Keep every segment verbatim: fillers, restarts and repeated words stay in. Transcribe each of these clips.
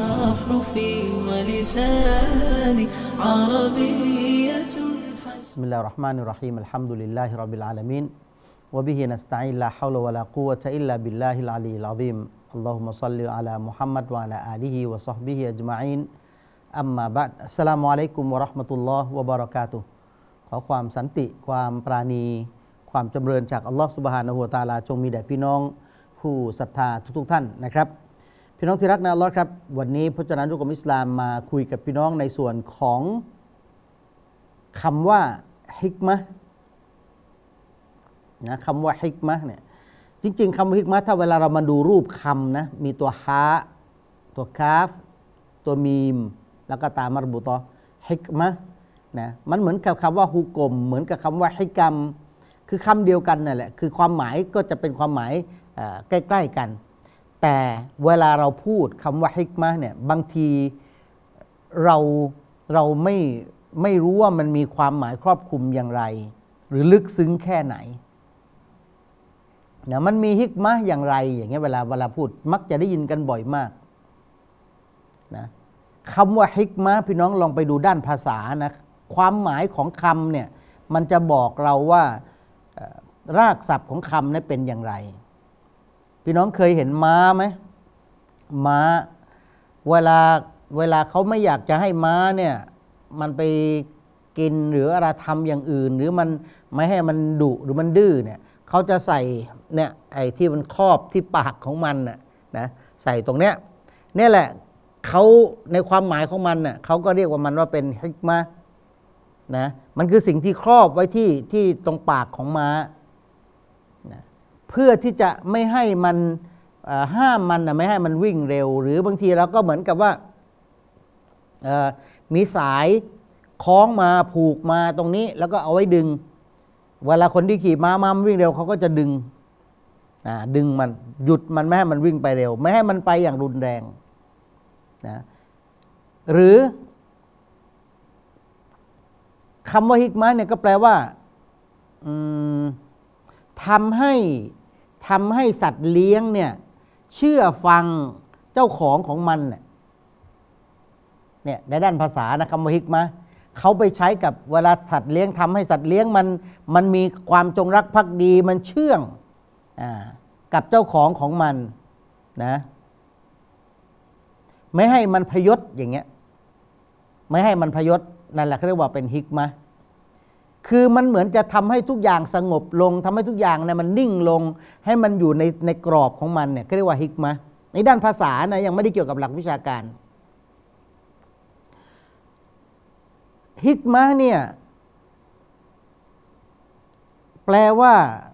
أحرفي ولساني عربية بسم الله الرحمن الرحيم الحمد لله رب العالمين وبه نستعين لا حول ولا قوة إلا بالله العلي العظيم اللهم صل على محمد وعلى آله وصحبه أجمعينอัมมาบะดอัสสลามุอะลัยกุมวะเราะห์มะตุลลอฮ์วะบะเราะกาตุฮ์ขอความสันติความปราณีความจำเริญจากอัลลอฮ์ซุบฮานะฮูวะตะอาลาจงมีแด่พี่น้องผู้ศรัทธาทุกๆท่านนะครับพี่น้องที่รักในอัลลอฮ์ครับวันนี้พระเจ้าหน้าที่ของอิสลามมาคุยกับพี่น้องในส่วนของคำว่าฮิกมะห์นะคำว่าฮิกมะห์เนี่ยจริงๆคำว่าฮิกมะห์ถ้าเวลาเรามาดูรูปคำนะมีตัวฮาตัวคาฟตัวมีมแล้วก็ตามมัรบุตอฮิกมะห์นะมันเหมือนกับคำว่าฮุกมเหมือนกับคำว่าฮิกัมคือคำเดียวกันนั่นแหละคือความหมายก็จะเป็นความหมายใกล้ๆกันแต่เวลาเราพูดคำว่าฮิกมะห์เนี่ยบางทีเราเราไม่ไม่รู้ว่ามันมีความหมายครอบคลุมอย่างไรหรือลึกซึ้งแค่ไหนนะมันมีฮิกมะห์อย่างไรอย่างเงี้ยเวลาเวลาพูดมักจะได้ยินกันบ่อยมากนะคำว่าฮิกมะห์พี่น้องลองไปดูด้านภาษานะความหมายของคำเนี่ยมันจะบอกเราว่ารากศัพท์ของคำนั้นเป็นอย่างไรพี่น้องเคยเห็นม้าไหมม้าเวลาเวลาเขาไม่อยากจะให้ม้าเนี่ยมันไปกินหรืออะไรทำอย่างอื่นหรือมันไม่ให้มันดุหรือมันดื้อเนี่ยเขาจะใส่เนี่ยไอ้ที่มันครอบที่ปากของมันน่ะนะใส่ตรงเนี้ยนี่แหละเขาในความหมายของมันน่ะเขาก็เรียกว่ามันว่าเป็นฮิกมะห์นะมันคือสิ่งที่ครอบไว้ที่ที่ตรงปากของม้านะเพื่อที่จะไม่ให้มันห้ามมันนะไม่ให้มันวิ่งเร็วหรือบางทีเราก็เหมือนกับว่ามีสายคล้องมาผูกมาตรงนี้แล้วก็เอาไว้ดึงเวลาคนที่ขี่ม้าม้ามันวิ่งเร็วเขาก็จะดึงดึงมันหยุดมันไม่ให้มันวิ่งไปเร็วไม่ให้มันไปอย่างรุนแรงนะหรือคำว่าฮิกมะห์เนี่ยก็แปลว่าทำให้ทำให้สัตว์เลี้ยงเนี่ยเชื่อฟังเจ้าของของมันเนี่ยในด้านภาษานะคำว่าฮิกมะห์เขาไปใช้กับเวลาสัตว์เลี้ยงทำให้สัตว์เลี้ยงมันมันมีความจงรักภักดีมันเชื่องอ่ากับเจ้าของของมันนะไม่ให้มันพยศอย่างเงี้ยไม่ให้มันพยศนั่นแหละเขาเรียกว่าเป็นฮิกมะห์คือมันเหมือนจะทำให้ทุกอย่างสงบลงทำให้ทุกอย่างเนี่ยมันนิ่งลงให้มันอยู่ในในกรอบของมันเนี่ยเขาเรียกว่าฮิกมะห์ในด้านภาษานะยังไม่ได้เกี่ยวกับหลักวิชาการฮิกมะห์เนี่ยแปลว่า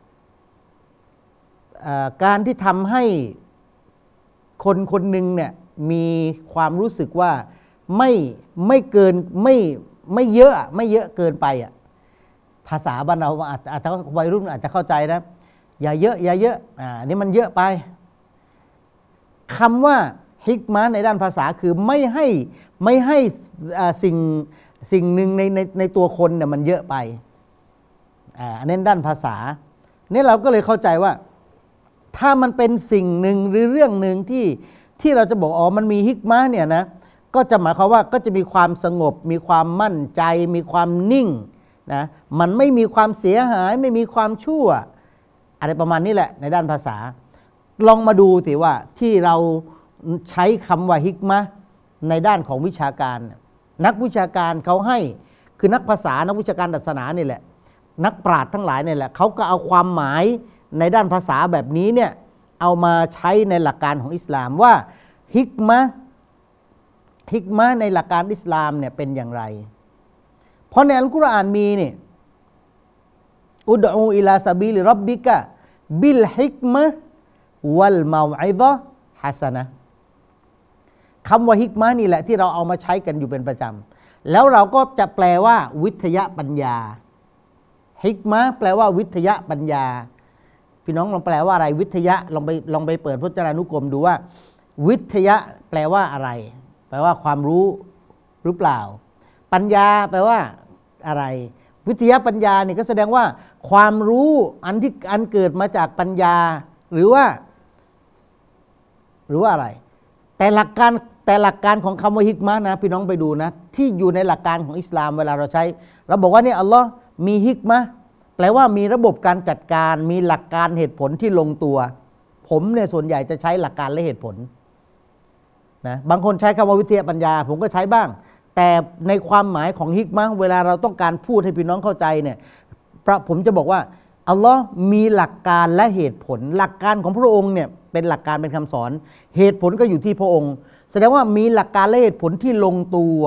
การที่ทำให้คนคนหนึ่งเนี่ยมีความรู้สึกว่าไม่ไม่เกินไม่ไม่เยอะไม่เยอะเกินไปอ่ะภาษาบ้านเราอาจอาจจะวัยรุ่นอาจจะเข้าใจนะอย่าเยอะอย่าเยอะอ่านี่มันเยอะไปคำว่าฮิกมะห์ในด้านภาษาคือไม่ให้ไม่ให้สิ่งสิ่งหนึ่งในในในตัวคนเนี่ยมันเยอะไปอ่าอันนี้ด้านภาษานี่เราก็เลยเข้าใจว่าถ้ามันเป็นสิ่งหนึ่งหรือเรื่องหนึ่งที่ที่เราจะบอกอ๋อมันมีฮิกมะห์เนี่ยนะก็จะหมายความว่าก็จะมีความสงบมีความมั่นใจมีความนิ่งนะมันไม่มีความเสียหายไม่มีความชั่วอะไรประมาณนี้แหละในด้านภาษาลองมาดูสิว่าที่เราใช้คำว่าฮิกมะห์ในด้านของวิชาการนักวิชาการเขาให้คือนักภาษานักวิชาการศาสนานี่แหละนักปราชญ์ทั้งหลายนี่แหละเขาก็เอาความหมายในด้านภาษาแบบนี้เนี่ยเอามาใช้ในหลักการของอิสลามว่าฮิกมะห์ฮิกมะห์ในหลักการอิสลามเนี่ยเป็นอย่างไรเพราะในอัลกุรอานมีนี่อุดอูอิลาซาบิลิร็อบบิกะบิลฮิกมะห์วัลเมาอิซะฮ์ฮะซะนะห์คำว่าฮิกมะห์นี่แหละที่เราเอามาใช้กันอยู่เป็นประจำแล้วเราก็จะแปลว่าวิทยาปัญญาฮิกมะห์แปลว่าวิทยาปัญญาพี่น้องลองแปลว่าอะไรวิทยาลองไปลองไปเปิดพจนานุกรมดูว่าวิทยาแปลว่าอะไรแปลว่าความรู้หรือเปล่าปัญญาแปลว่าอะไรวิทยาปัญญาเนี่ยก็แสดงว่าความรู้อันที่อันเกิดมาจากปัญญาหรือว่าหรือว่าอะไรแต่หลักการแต่หลักการของคำว่าฮิกมะห์นะพี่น้องไปดูนะที่อยู่ในหลักการของอิสลามเวลาเราใช้เราบอกว่าเนี่ยอัลลอฮ์มีฮิกมะห์แปลว่ามีระบบการจัดการมีหลักการเหตุผลที่ลงตัวผมเนี่ยส่วนใหญ่จะใช้หลักการและเหตุผลนะบางคนใช้คำว่าวิทยาปัญญาผมก็ใช้บ้างแต่ในความหมายของฮิกมะห์เวลาเราต้องการพูดให้พี่น้องเข้าใจเนี่ยผมจะบอกว่าอัลลอฮ์มีหลักการและเหตุผลหลักการของพระองค์เนี่ยเป็นหลักการเป็นคำสอนเหตุผลก็อยู่ที่พระองค์แสดงว่ามีหลักการและเหตุผลที่ลงตัว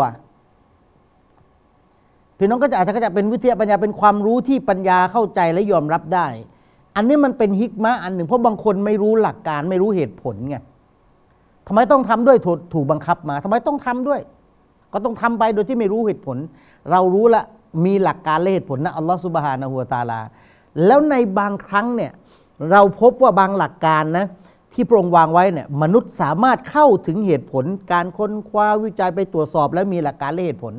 พี่น้องก็จะอาจจะเป็นวิทยาปัญญาเป็นความรู้ที่ปัญญาเข้าใจและยอมรับได้อันนี้มันเป็นฮิกมะห์อันหนึ่งเพราะบางคนไม่รู้หลักการไม่รู้เหตุผลไงทำไมต้องทำด้วยถูกถูกบังคับมาทำไมต้องทำด้วยก็ต้องทำไปโดยที่ไม่รู้เหตุผลเรารู้ละมีหลักการและเหตุผลนะอัลลอฮฺซุบฮานะฮูวะตะอาลาแล้วในบางครั้งเนี่ยเราพบว่าบางหลักการนะที่พระองค์วางไว้เนี่ยมนุษย์สามารถเข้าถึงเหตุผลการค้นคว้าวิจัยไปตรวจสอบแล้วมีหลักการและเหตุผล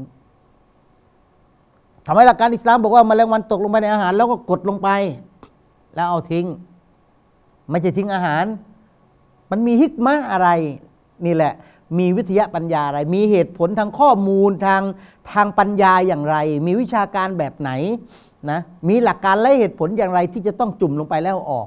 ทำให้หลักการอิสลามบอกว่าแมลงวันตกลงไปในอาหารแล้วก็กดลงไปแล้วเอาทิ้งไม่ใช่ทิ้งอาหารมันมีฮิกมะห์อะไรนี่แหละมีวิทยาปัญญาอะไรมีเหตุผลทางข้อมูลทางทางปัญญาอย่างไรมีวิชาการแบบไหนนะมีหลักการและเหตุผลอย่างไรที่จะต้องจุ่มลงไปแล้วออก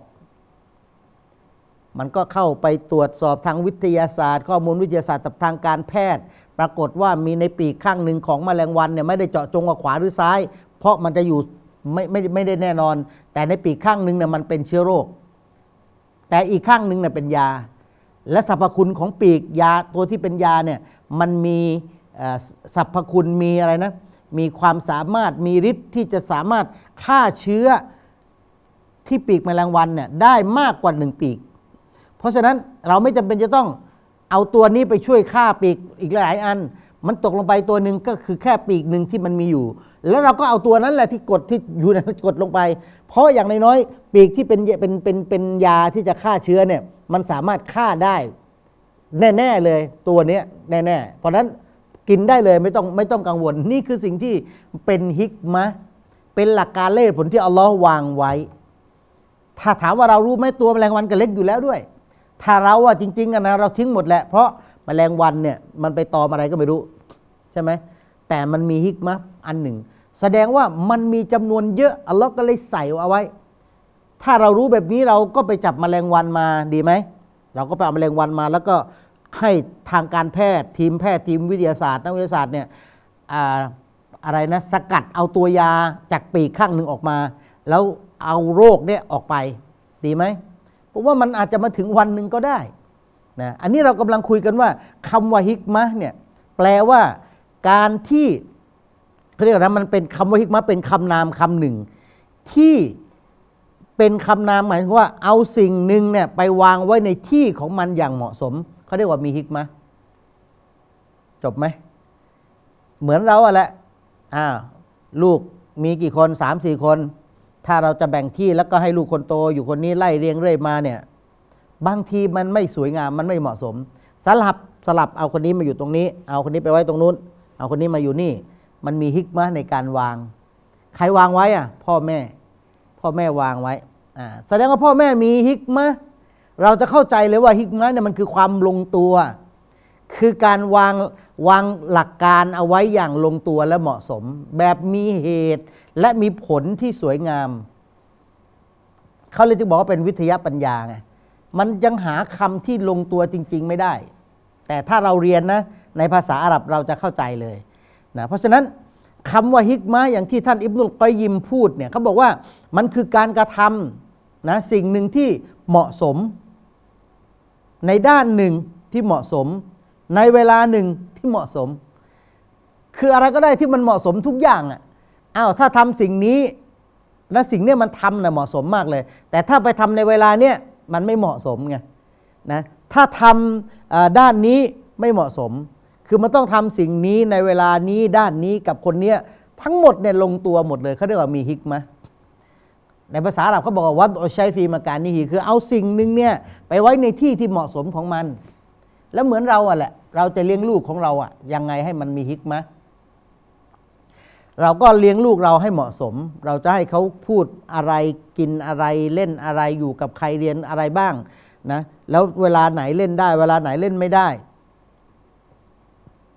มันก็เข้าไปตรวจสอบทางวิทยาศาสตร์ข้อมูลวิทยาศาสตร์กับทางการแพทย์ปรากฏว่ามีในปีกข้างหนึ่งของแมลงวันเนี่ยไม่ได้เจาะจงว่าขวาหรือซ้ายเพราะมันจะอยู่ไม่ไม่ไม่ได้แน่นอนแต่ในปีกข้างหนึ่งเนี่ยมันเป็นเชื้อโรคแต่อีกข้างหนึ่งเนี่ยเป็นยาและสรรพคุณของปีกยาตัวที่เป็นยาเนี่ยมันมีสรรพคุณมีอะไรนะมีความสามารถมีฤทธิ์ที่จะสามารถฆ่าเชื้อที่ปีกแมลงวันเนี่ยได้มากกว่าหนึ่งปีกเพราะฉะนั้นเราไม่จำเป็นจะต้องเอาตัวนี้ไปช่วยฆ่าปีกอีกหลายอันมันตกลงไปตัวหนึ่งก็คือแค่ปีกหนึ่งที่มันมีอยู่แล้วเราก็เอาตัวนั้นแหละที่กดที่อยู่ในกดลงไปเพราะอย่างน้อยๆปีกที่เป็นเป็นเป็นเป็นยาที่จะฆ่าเชื้อเนี่ยมันสามารถฆ่าได้แน่ๆเลยตัวนี้แน่ๆเพราะนั้นกินได้เลยไม่ต้องไม่ต้องกังวลนี่คือสิ่งที่เป็นฮิกมะห์เป็นหลักการและเหตุผลที่อัลลอฮ์วางไว้ถ้าถามว่าเรารู้ไหมตัวแมลงวันก็เล็กอยู่แล้วด้วยถ้าเราว่าจริงๆกันนะเราทิ้งหมดแหละเพราะแมลงวันเนี่ยมันไปตอมอะไรก็ไม่รู้ใช่ไหมแต่มันมีฮิกมะห์อันหนึ่งแสดงว่ามันมีจำนวนเยอะอัลลอฮ์ก็เลยใส่เอาไว้ถ้าเรารู้แบบนี้เราก็ไปจับแมลงวันมาดีไหมเราก็ไปเอาแมลงวันมาแล้วก็ให้ทางการแพทย์ทีมแพทย์ทีมวิทยาศาสตร์นักวิทยาศาสตร์เนี่ย อ่า อะไรนะสกัดเอาตัวยาจากปีกข้างหนึ่งออกมาแล้วเอาโรคเนี่ยออกไปดีไหมผมว่ามันอาจจะมาถึงวันหนึ่งก็ได้นะอันนี้เรากำลังคุยกันว่าคำว่าฮิกมะห์เนี่ยแปลว่าการที่เขาเรียกนะมันเป็นคำว่าฮิกมะห์เป็นคำนามคำหนึ่งที่เป็นคำนามหมายถึงว่าเอาสิ่งหนึ่งเนี่ยไปวางไว้ในที่ของมันอย่างเหมาะสมเขาเรียกว่ามีฮิกมะห์จบไหมเหมือนเราอะแหละอ่าลูกมีกี่คนสามสี่คนถ้าเราจะแบ่งที่แล้วก็ให้ลูกคนโตอยู่คนนี้ไล่เรียงเรื่อยมาเนี่ยบางทีมันไม่สวยงามมันไม่เหมาะสมสลับสลับเอาคนนี้มาอยู่ตรงนี้เอาคนนี้ไปไว้ตรงนู้นเอาคนนี้มาอยู่นี่มันมีฮิกมะห์ในการวางใครวางไว้อ่ะพ่อแม่พ่อแม่วางไว้อ่าแสดงว่าพ่อแม่มีฮิกมะห์เราจะเข้าใจเลยว่าฮิกมะห์เนี่ยมันคือความลงตัวคือการวางวางหลักการเอาไว้อย่างลงตัวและเหมาะสมแบบมีเหตุและมีผลที่สวยงามเขาเลยจึงบอกว่าเป็นวิทยาปัญญาไงมันยังหาคำที่ลงตัวจริงๆไม่ได้แต่ถ้าเราเรียนนะในภาษาอาหรับเราจะเข้าใจเลยนะเพราะฉะนั้นคำว่าฮิกมะห์อย่างที่ท่านอิบนุลกอยยิมพูดเนี่ยเขาบอกว่ามันคือการกระทำนะสิ่งหนึ่งที่เหมาะสมในด้านหนึ่งที่เหมาะสมในเวลาหนึ่งที่เหมาะสมคืออะไรก็ได้ที่มันเหมาะสมทุกอย่างอ่ะอ้าวถ้าทำสิ่งนี้และสิ่งเนี้ยมันทำน่ะเหมาะสมมากเลยแต่ถ้าไปทำในเวลาเนี้ยมันไม่เหมาะสมไงนะถ้าทำด้านนี้ไม่เหมาะสมคือมันต้องทำสิ่งนี้ในเวลานี้ด้านนี้กับคนเนี้ยทั้งหมดเนี่ยลงตัวหมดเลยเขาเรียกว่ามีฮิกมะห์ในภาษาอาหรับเขาบอกว่าวัดอัชชัยฟีมาการนี่คือเอาสิ่งหนึ่งเนี่ยไปไว้ในที่ที่เหมาะสมของมันแล้วเหมือนเราอ่ะแหละเราจะเลี้ยงลูกของเราอ่ะยังไงให้มันมีฮิกมะห์เราก็เลี้ยงลูกเราให้เหมาะสมเราจะให้เขาพูดอะไรกินอะไรเล่นอะไรอยู่กับใครเรียนอะไรบ้างนะแล้วเวลาไหนเล่นได้เวลาไหนเล่นไม่ได้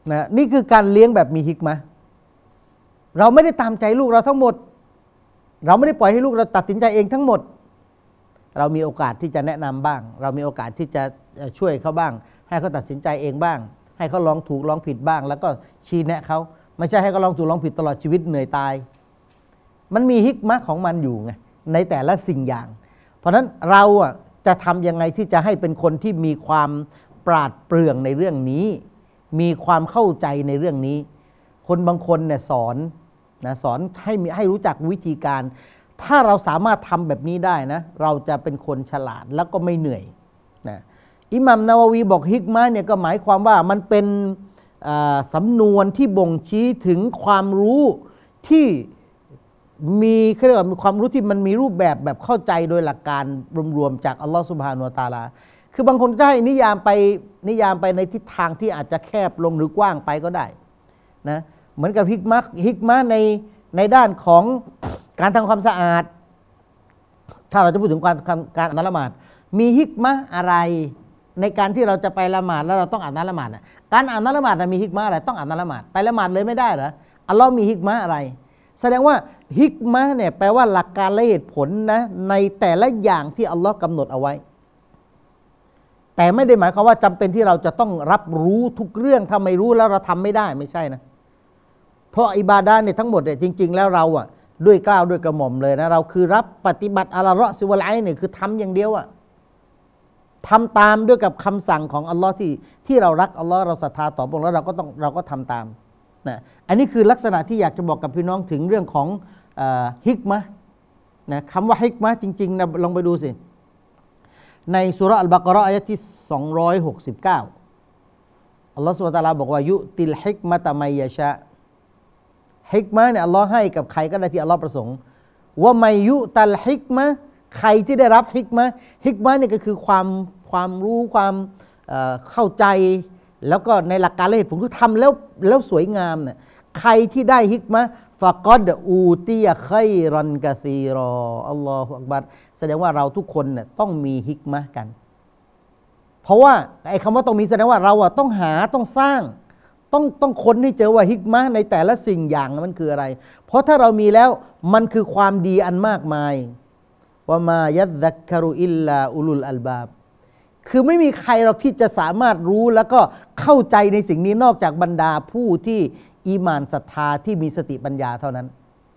นะนี่คือการเลี้ยงแบบมีฮิกมะห์เราไม่ได้ตามใจลูกเราทั้งหมดเราไม่ได้ปล่อยให้ลูกเราตัดสินใจเองทั้งหมดเรามีโอกาสที่จะแนะนำบ้างเรามีโอกาสที่จะช่วยเขาบ้างให้เขาตัดสินใจเองบ้างให้เขาลองถูกลองผิดบ้างแล้วก็ชี้แนะเขาไม่ใช่ให้เขาลองถูกลองผิดตลอดชีวิตเหนื่อยตายมันมีฮิกมะห์ของมันอยู่ไงในแต่ละสิ่งอย่างเพราะฉะนั้นเราอ่ะจะทำยังไงที่จะให้เป็นคนที่มีความปราดเปรื่องในเรื่องนี้มีความเข้าใจในเรื่องนี้คนบางคนเนี่ยสอนนะสอนให้มีให้รู้จักวิธีการถ้าเราสามารถทำแบบนี้ได้นะเราจะเป็นคนฉลาดแล้วก็ไม่เหนื่อยนะอิหม่ามนาวาวีบอกฮิกมะห์เนี่ยก็หมายความว่ามันเป็นสำนวนที่บ่งชี้ถึงความรู้ที่มีเขาเรียกว่ามีความรู้ที่มันมีรูปแบบแบบเข้าใจโดยหลักการรวมๆจากอัลลอฮฺซุบฮานะฮูวะตะอาลาคือบางคนจะให้นิยามไปนิยามไปในทิศทางที่อาจจะแคบลงหรือกว้างไปก็ได้นะเหมือนกับฮิกมะห์ฮิกมะห์ในในด้านของการทำความสะอาดถ้าเราจะพูดถึงการการอาบน้ำละหมาดมีฮิกมะห์อะไรในการที่เราจะไปละหมาดแล้วเราต้องอาบน้ำละหมาดการอาบน้ำละหมาดมีฮิกมะห์อะไรต้องอาบน้ำละหมาดไปละหมาดเลยไม่ได้เหรออัลลอฮ์มีฮิกมะห์อะไรแสดงว่าฮิกมะห์เนี่ยแปลว่าหลักการและเหตุผลนะในแต่ละอย่างที่อัลลอฮ์กำหนดเอาไว้แต่ไม่ได้หมายความว่าจำเป็นที่เราจะต้องรับรู้ทุกเรื่องถ้าไม่รู้แล้วเราทำไม่ได้ไม่ใช่นะเพราะอิบาดะห์เนี่ยทั้งหมดเนี่ยจริงๆแล้วเราอ่ะด้วยกล้าวด้วยกระหม่อมเลยนะเราคือรับปฏิบัติอะลาเราะซิวัลไอเนี่ยคือทำอย่างเดียวอ่ะทำตามด้วยกับคำสั่งของอัลลอฮ์ที่ที่เรารักอัลลอฮ์เราศรัทธาต่อพระองค์แล้วเราก็ต้องเราก็ทำตามนะอันนี้คือลักษณะที่อยากจะบอกกับพี่น้องถึงเรื่องของฮิกมะห์นะคำว่าฮิกมะห์จริงๆนะลองไปดูสิในซูเราะห์อัลบะเกาะเราะห์อายะที่สองร้อยหกสิบเก้าอัลลอฮฺซุบฮานะฮูวะตะอาลาบอกว่ายุติลฮิกมะตะมัยยะชาฮิกมะห์เนี่ยอัลลอฮ์ให้กับใครก็ได้ที่อัลลอฮ์ประสงค์ว่ามัยยุตัลฮิกมะห์ใครที่ได้รับฮิกมะห์ฮิกมะห์เนี่ยก็คือความความรู้ความเอ่อเข้าใจแล้วก็ในหลักการและเหตุผลคือทำแล้วแล้วสวยงามเนี่ยใครที่ได้ฮิกมะห์ฟะกอดอูติยะค็อยรอนกะซีรออัลลอฮุอักบัรแสดงว่าเราทุกคนเนี่ยต้องมีฮิกมะห์กันเพราะว่าไอ้คำว่าต้องมีแสดงว่าเราอะต้องหาต้องสร้างต้องต้องค้นให้เจอว่าฮิกมะห์ในแต่ละสิ่งอย่างมันคืออะไรเพราะถ้าเรามีแล้วมันคือความดีอันมากมายว่ามายัดซักกะรุอิลลาอุลุลอัลบาบคือไม่มีใครหรอกที่จะสามารถรู้แล้วก็เข้าใจในสิ่งนี้นอกจากบรรดาผู้ที่อีหม่านศรัทธาที่มีสติปัญญาเท่านั้น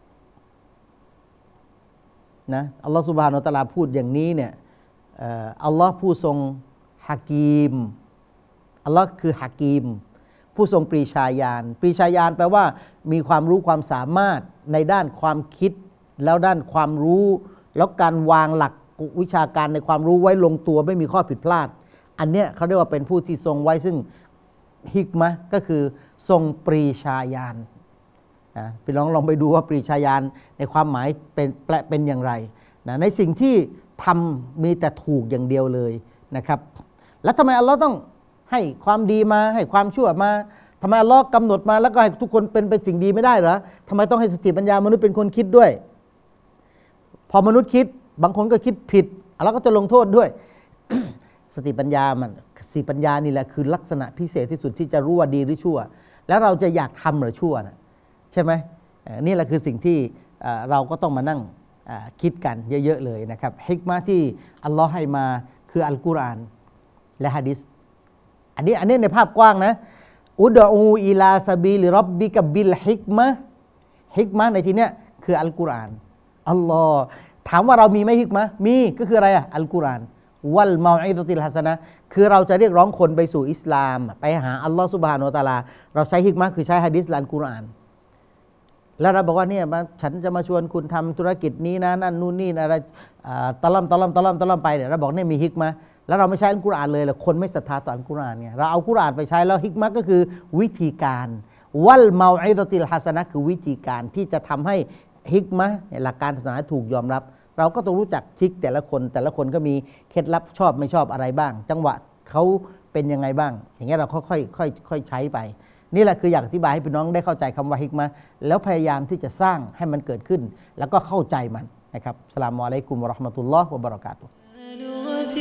นะอัลลอฮฺซุบฮานะฮูวะตะอาลาพูดอย่างนี้เนี่ยอัลลอฮ์ผู้ทรงฮะกีมอัลลอฮ์คือฮะกีมผู้ทรงปรีชาญาณปรีชาญาณแปลว่ามีความรู้ความสามารถในด้านความคิดแล้วด้านความรู้แล้วการวางหลักวิชาการในความรู้ไว้ลงตัวไม่มีข้อผิดพลาดอันเนี้ยเขาเรียกว่าเป็นผู้ที่ทรงไว้ซึ่งฮิกมะห์ก็คือทรงปรีชาญาณนะพี่น้องลองไปดูว่าปรีชาญาณในความหมายเป็นแปลเป็นอย่างไรนะในสิ่งที่ทำมีแต่ถูกอย่างเดียวเลยนะครับแล้วทำไมอัลลอฮ์ต้องให้ความดีมาให้ความชั่วมาทำไมอัลลอฮ์กำหนดมาแล้วก็ให้ทุกคนเป็นเป็นสิ่งดีไม่ได้เหรอทำไมต้องให้สติปัญญามนุษย์เป็นคนคิดด้วยพอมนุษย์คิดบางคนก็คิดผิดอัลลอฮ์ก็จะลงโทษด้วย สติปัญญามันสติปัญญานี่แหละคือลักษณะพิเศษที่สุดที่จะรู้ว่าดีหรือชั่วแล้วเราจะอยากทำหรือชั่วนะใช่ไหมนี่แหละคือสิ่งที่เราก็ต้องมานั่งคิดกันเยอะๆเลยนะครับฮิกมะห์ที่อัลลอฮ์ให้มาคืออัลกุรอานและหะดีษอันนี้อันนี้ในภาพกว้างนะอุดอูอิลาซาบีลิร็อบบิกะบิลฮิกมะห์ฮิกมะห์ในที่เนี้ยคืออัลกุรอานอัลลอฮ์ถามว่าเรามีไหมฮิกมะห์มีก็คืออะไรอ่ะอัลกุรอานวัลเมาอิซะติลฮัสนะห์คือเราจะเรียกร้องคนไปสู่อิสลามไปหาอัลลอฮ์ซุบฮานะฮูวะตะอาลาเราใช้ฮิกมะห์คือใช้หะดีษและอัลกุรอานแล้วเราบอกว่าเนี่ยฉันจะมาชวนคุณทำธุรกิจนี้นะนั่นนู่นนี่อะไรตะล่อมตะล่อมตะล่อมตะล่อมไปเนี่ยเราบอกเนี่ยมีฮิกมะห์แล้วเราไม่ใช้อัลกุรอานเลยล่ะคนไม่ศรัทธาต่ออัลกุรอานเนี่ยเราเอากุรอานไปใช้แล้วฮิกมะห์ก็คือวิธีการวัลเมาอิซะติลฮัสนะห์คือวิธีการที่จะทำให้ฮิกมะห์หลักการศาสนาถูกยอมรับเราก็ต้องรู้จักทริคแต่ละคนแต่ละคนก็มีเคล็ดลับชอบไม่ชอบอะไรบ้างจังหวะเขาเป็นยังไงบ้างอย่างเงี้ยเราค่อยๆค่อยๆค่อยใช้ไปนี่แหละคืออยากอธิบายให้พี่น้องได้เข้าใจคำว่าฮิกมะห์แล้วพยายามที่จะสร้างให้มันเกิดขึ้นแล้วก็เข้าใจมันนะครับอัสสลามุอะลัยกุมวะเราะห์มะตุลลอฮ์วะบะเราะกาตุฮ์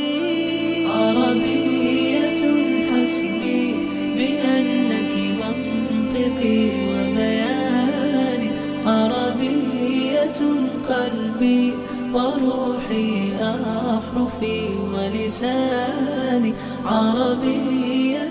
عربية حسبي بأنك قلبي وروحي أحرفي ولساني عربية